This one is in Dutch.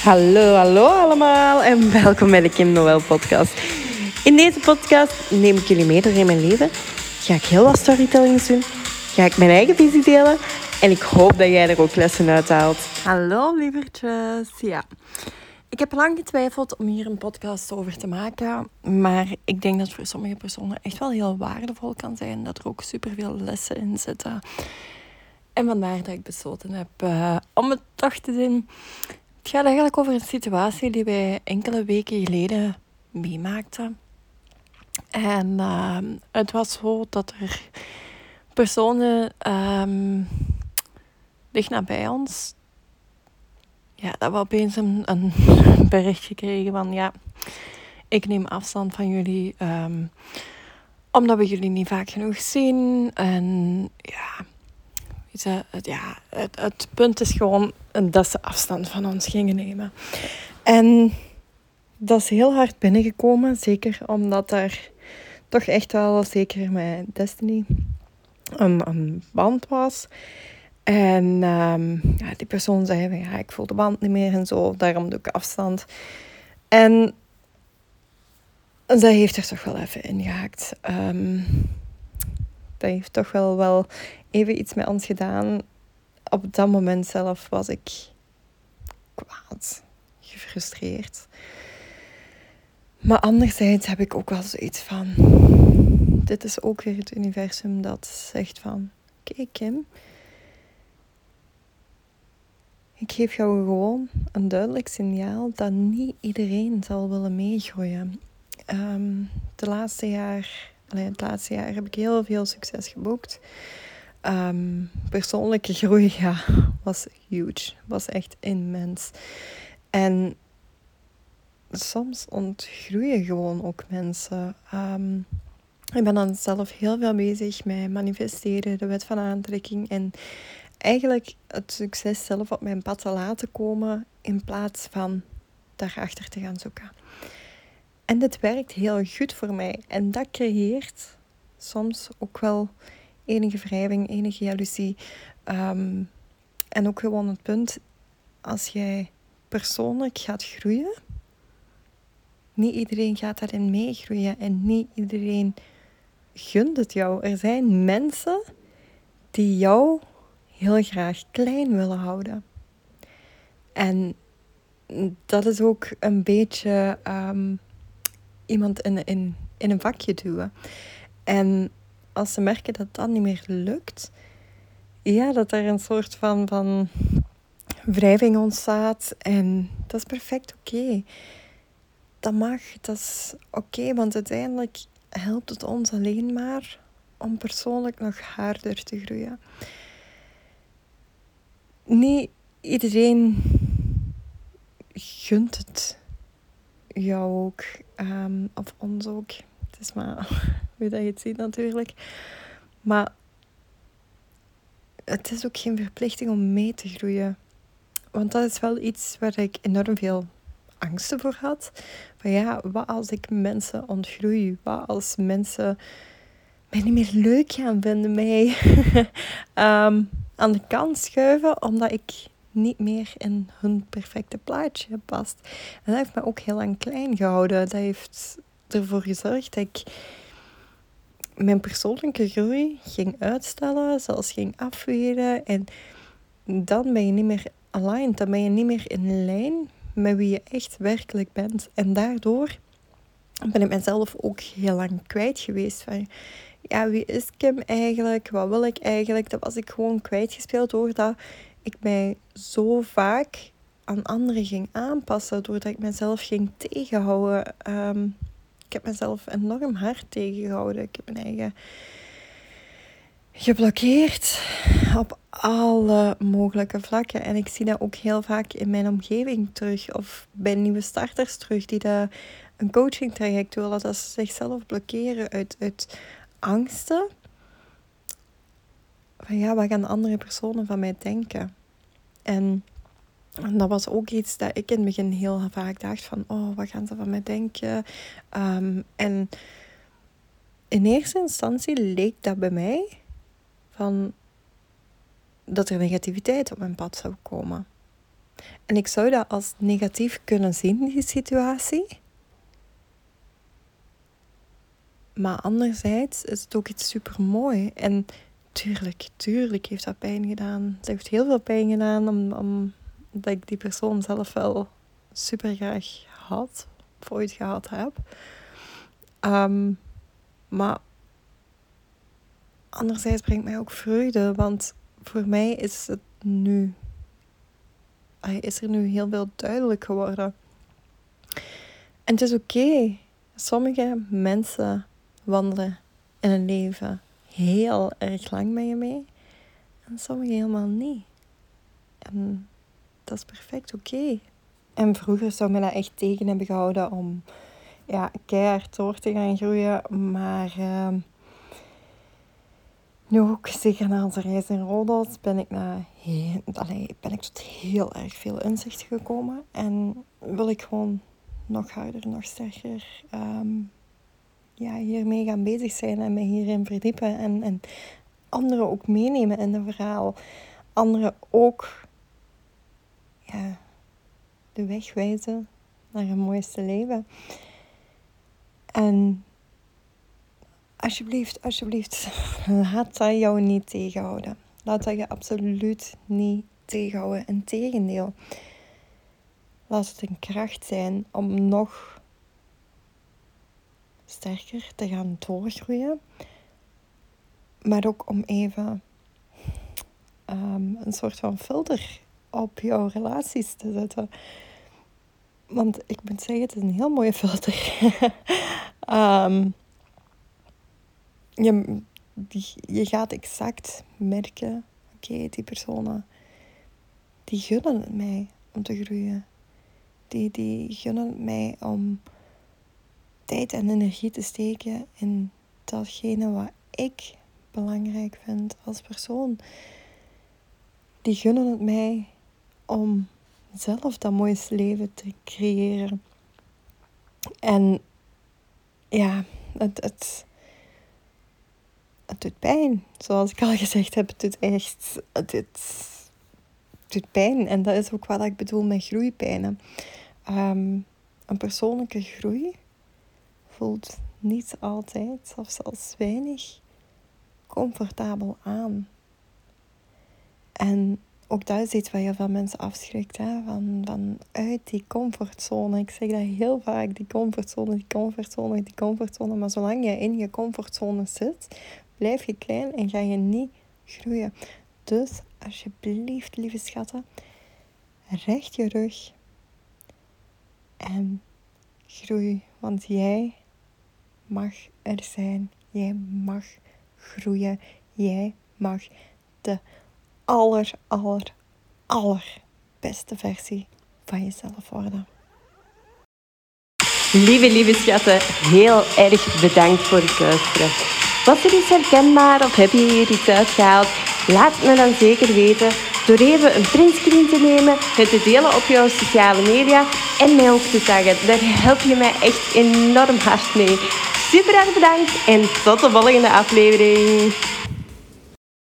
Hallo allemaal en welkom bij de Kim Noël podcast. In deze podcast neem ik jullie mee door in mijn leven. Ga ik heel wat storytellings doen. Ga ik mijn eigen visie delen. En ik hoop dat jij er ook lessen uit haalt. Hallo lievertjes. Ja, ik heb lang getwijfeld om hier een podcast over te maken. Maar ik denk dat het voor sommige personen echt wel heel waardevol kan zijn. Dat er ook superveel lessen in zitten. En vandaar dat ik besloten heb om het toch te doen. Het gaat eigenlijk over een situatie die wij enkele weken geleden meemaakten. En het was zo dat er personen dicht nabij ons, dat we opeens een berichtje kregen van ik neem afstand van jullie, omdat we jullie niet vaak genoeg zien. En het punt is gewoon dat ze afstand van ons gingen nemen. En dat is heel hard binnengekomen. Zeker omdat er toch echt wel, zeker met Destiny, een band was. En die persoon zei van ik voel de band niet meer en zo. Daarom doe ik afstand. En zij heeft er toch wel even ingehaakt. Dat heeft toch wel even iets met ons gedaan. Op dat moment zelf was ik kwaad, gefrustreerd. Maar anderzijds heb ik ook wel zoiets van, dit is ook weer het universum dat zegt van, oké, Kim, ik geef jou gewoon een duidelijk signaal dat niet iedereen zal willen meegroeien. Het laatste jaar heb ik heel veel succes geboekt. Persoonlijke groei, was huge. Was echt immens. En soms ontgroeien gewoon ook mensen. Ik ben dan zelf heel veel bezig met manifesteren, de wet van aantrekking. En eigenlijk het succes zelf op mijn pad te laten komen in plaats van daarachter te gaan zoeken. En dit werkt heel goed voor mij. En dat creëert soms ook wel enige wrijving, enige jaloezie. En ook gewoon het punt, als jij persoonlijk gaat groeien, niet iedereen gaat daarin meegroeien en niet iedereen gunt het jou. Er zijn mensen die jou heel graag klein willen houden. En dat is ook een beetje iemand in een vakje duwen. En als ze merken dat dat niet meer lukt, dat er een soort van wrijving ontstaat. En dat is perfect oké. Dat mag, dat is oké, want uiteindelijk helpt het ons alleen maar om persoonlijk nog harder te groeien. Niet iedereen gunt het jou ook, of ons ook. Het is maar hoe dat je het ziet natuurlijk. Maar het is ook geen verplichting om mee te groeien. Want dat is wel iets waar ik enorm veel angsten voor had. Van wat als ik mensen ontgroei? Wat als mensen mij niet meer leuk gaan vinden? Mij aan de kant schuiven, omdat ik niet meer in hun perfecte plaatje past. En dat heeft me ook heel lang klein gehouden. Dat heeft ervoor gezorgd dat ik mijn persoonlijke groei ging uitstellen, zelfs ging afweren. En dan ben je niet meer aligned, dan ben je niet meer in lijn met wie je echt werkelijk bent. En daardoor ben ik mezelf ook heel lang kwijt geweest. Van, wie is Kim eigenlijk? Wat wil ik eigenlijk? Dat was ik gewoon kwijtgespeeld doordat ik mij zo vaak aan anderen ging aanpassen. Doordat ik mezelf ging tegenhouden. Ik heb mezelf enorm hard tegengehouden. Ik heb mijn eigen geblokkeerd op alle mogelijke vlakken. En ik zie dat ook heel vaak in mijn omgeving terug. Of bij nieuwe starters terug die een coaching traject willen. Dat ze zichzelf blokkeren uit angsten. Van wat gaan andere personen van mij denken? En dat was ook iets dat ik in het begin heel vaak dacht van, wat gaan ze van mij denken? En in eerste instantie leek dat bij mij van dat er negativiteit op mijn pad zou komen. En ik zou dat als negatief kunnen zien, die situatie. Maar anderzijds is het ook iets supermooi. En tuurlijk heeft dat pijn gedaan. Het heeft heel veel pijn gedaan, omdat ik die persoon zelf wel super graag had. Of ooit gehad heb. Maar anderzijds brengt mij ook vreugde. Want voor mij is er nu heel veel duidelijk geworden. En het is oké. Sommige mensen wandelen in een leven heel erg lang met je mee. En sommige helemaal niet. En dat is perfect oké. En vroeger zou me dat echt tegen hebben gehouden om keihard door te gaan groeien. Maar nu ook, zeker na onze reis in Rodos, ben ik tot heel erg veel inzicht gekomen. En wil ik gewoon nog harder, nog sterker hiermee gaan bezig zijn en me hierin verdiepen. En anderen ook meenemen in het verhaal. Anderen ook de weg wijzen naar een mooiste leven. En alsjeblieft, laat dat jou niet tegenhouden. Laat dat je absoluut niet tegenhouden. Integendeel, laat het een kracht zijn om nog sterker te gaan doorgroeien. Maar ook om even een soort van filter op jouw relaties te zetten. Want ik moet zeggen, het is een heel mooie filter. Je gaat exact merken, oké, die personen, die gunnen het mij om te groeien. Die gunnen het mij om tijd en energie te steken in datgene wat ik belangrijk vind als persoon. Die gunnen het mij om zelf dat mooiste leven te creëren. En het doet pijn. Zoals ik al gezegd heb, het doet pijn. En dat is ook wat ik bedoel met groeipijnen. Een persoonlijke groei voelt niet altijd, of zelfs weinig, comfortabel aan. En ook dat is iets wat heel veel mensen afschrikt. Hè? Van uit die comfortzone. Ik zeg dat heel vaak, die comfortzone. Maar zolang je in je comfortzone zit, blijf je klein en ga je niet groeien. Dus alsjeblieft, lieve schatten, recht je rug en groei. Want jij mag er zijn. Jij mag groeien. Jij mag de allerbeste versie van jezelf worden. Lieve schatten, heel erg bedankt voor het luisteren. Was er iets herkenbaar of heb je hier iets uitgehaald? Laat me dan zeker weten door even een printscreen te nemen, het te delen op jouw sociale media en mij ook te taggen. Daar help je mij echt enorm hard mee. Super erg bedankt en tot de volgende aflevering.